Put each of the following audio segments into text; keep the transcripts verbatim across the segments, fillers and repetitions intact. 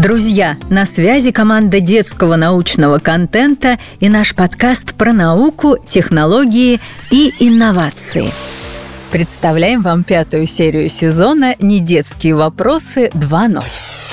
Друзья, на связи команда детского научного контента и наш подкаст про науку, технологии и инновации. Представляем вам пятую серию сезона «Недетские вопросы два ноль».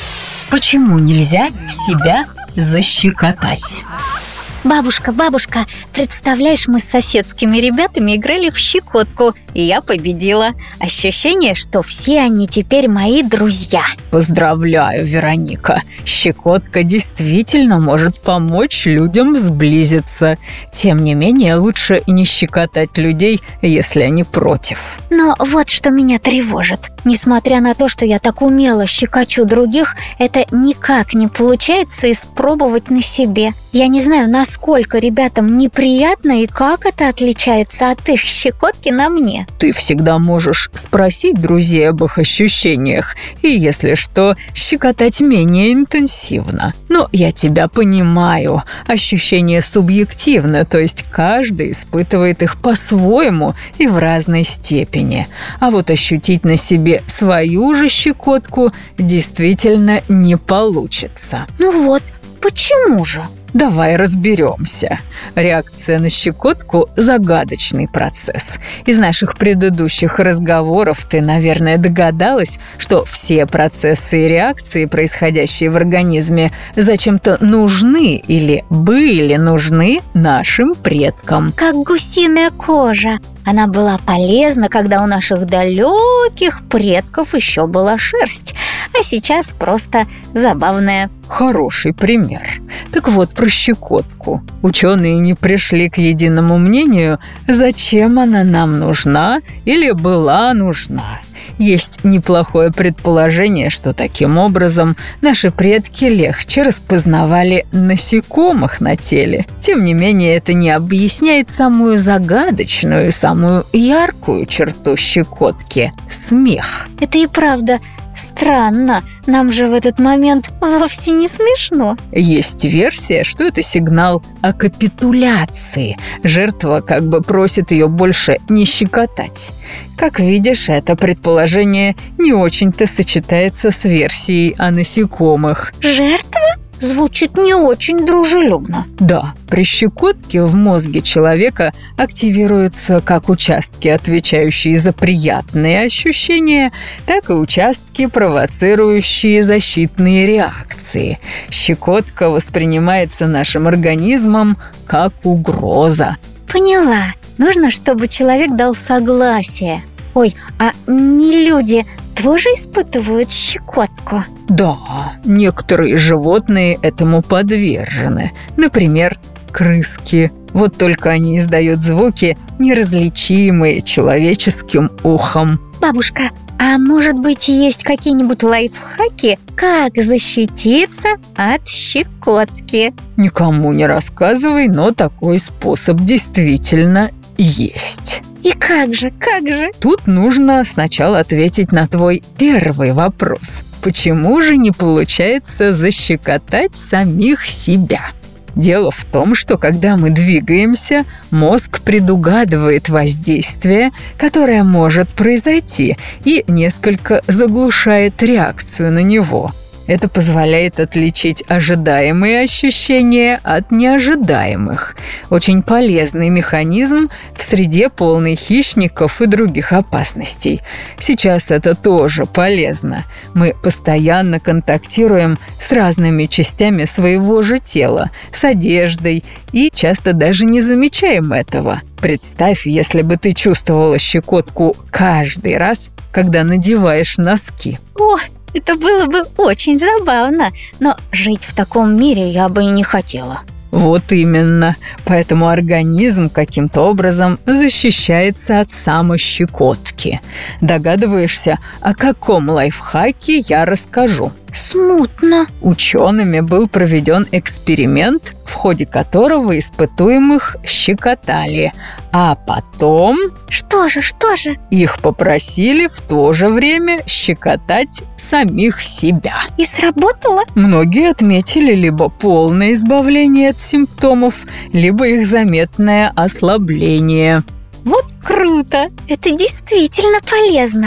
Почему нельзя себя защекотать? Бабушка, бабушка, представляешь, мы с соседскими ребятами играли в щекотку, и я победила. Ощущение, что все они теперь мои друзья. Поздравляю, Вероника. Щекотка действительно может помочь людям сблизиться. Тем не менее, лучше не щекотать людей, если они против. Но вот что меня тревожит. Несмотря на то, что я так умело щекочу других, это никак не получается испробовать на себе. Я не знаю, насколько ребятам неприятно и как это отличается от их щекотки на мне. Ты всегда можешь спросить друзей об их ощущениях и, если что, щекотать менее интенсивно. Но я тебя понимаю. Ощущения субъективны, то есть каждый испытывает их по-своему и в разной степени. А вот ощутить на себе свою же щекотку действительно не получится. Ну вот, почему же? Давай разберемся. Реакция на щекотку – загадочный процесс. Из наших предыдущих разговоров ты, наверное, догадалась, что все процессы и реакции, происходящие в организме, зачем-то нужны или были нужны нашим предкам. Как гусиная кожа. Она была полезна, когда у наших далеких предков еще была шерсть, а сейчас просто забавная. Хороший пример. Так вот, про щекотку. Ученые не пришли к единому мнению, зачем она нам нужна или была нужна. Есть неплохое предположение, что таким образом наши предки легче распознавали насекомых на теле. Тем не менее, это не объясняет самую загадочную и самую яркую черту щекотки – смех. Это и правда странно. Нам же в этот момент вовсе не смешно. Есть версия, что это сигнал о капитуляции. Жертва как бы просит ее больше не щекотать. Как видишь, это предположение не очень-то сочетается с версией о насекомых. Жертва? Звучит не очень дружелюбно. Да, при щекотке в мозге человека активируются как участки, отвечающие за приятные ощущения, так и участки, провоцирующие защитные реакции. Щекотка воспринимается нашим организмом как угроза. Поняла. Нужно, чтобы человек дал согласие. Ой, а не люди тоже испытывают щекотку? Да, некоторые животные этому подвержены. Например, крыски. Вот только они издают звуки, неразличимые человеческим ухом. Бабушка, а может быть, есть какие-нибудь лайфхаки, как защититься от щекотки? Никому не рассказывай, но такой способ действительно есть. И как же, как же? Тут нужно сначала ответить на твой первый вопрос. Почему же не получается защекотать самих себя? Дело в том, что когда мы двигаемся, мозг предугадывает воздействие, которое может произойти, и несколько заглушает реакцию на него. Это позволяет отличить ожидаемые ощущения от неожидаемых. Очень полезный механизм в среде полной хищников и других опасностей. Сейчас это тоже полезно. Мы постоянно контактируем с разными частями своего же тела, с одеждой, и часто даже не замечаем этого. Представь, если бы ты чувствовала щекотку каждый раз, когда надеваешь носки. О, это было бы очень забавно, но жить в таком мире я бы и не хотела. Вот именно. Поэтому организм каким-то образом защищается от самощекотки. Догадываешься, о каком лайфхаке я расскажу? Смутно. Учеными был проведен эксперимент, в ходе которого испытуемых щекотали, а потом... Что же, что же? Их попросили в то же время щекотать самих себя. И сработало? Многие отметили либо полное избавление от симптомов, либо их заметное ослабление. Вот круто! Это действительно полезно.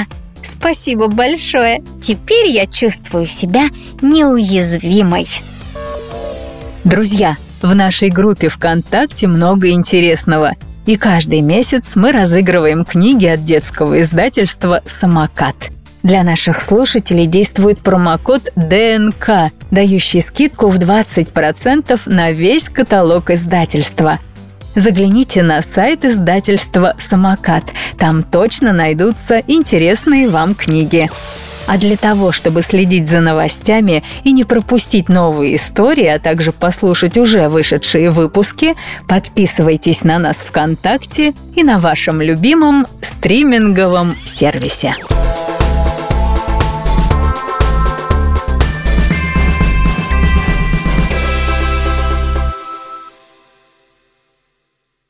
Спасибо большое. Теперь я чувствую себя неуязвимой. Друзья, в нашей группе ВКонтакте много интересного. И каждый месяц мы разыгрываем книги от детского издательства «Самокат». Для наших слушателей действует промокод ДНК, дающий скидку в двадцать процентов на весь каталог издательства. Загляните на сайт издательства «Самокат». Там точно найдутся интересные вам книги. А для того, чтобы следить за новостями и не пропустить новые истории, а также послушать уже вышедшие выпуски, подписывайтесь на нас ВКонтакте и на вашем любимом стриминговом сервисе.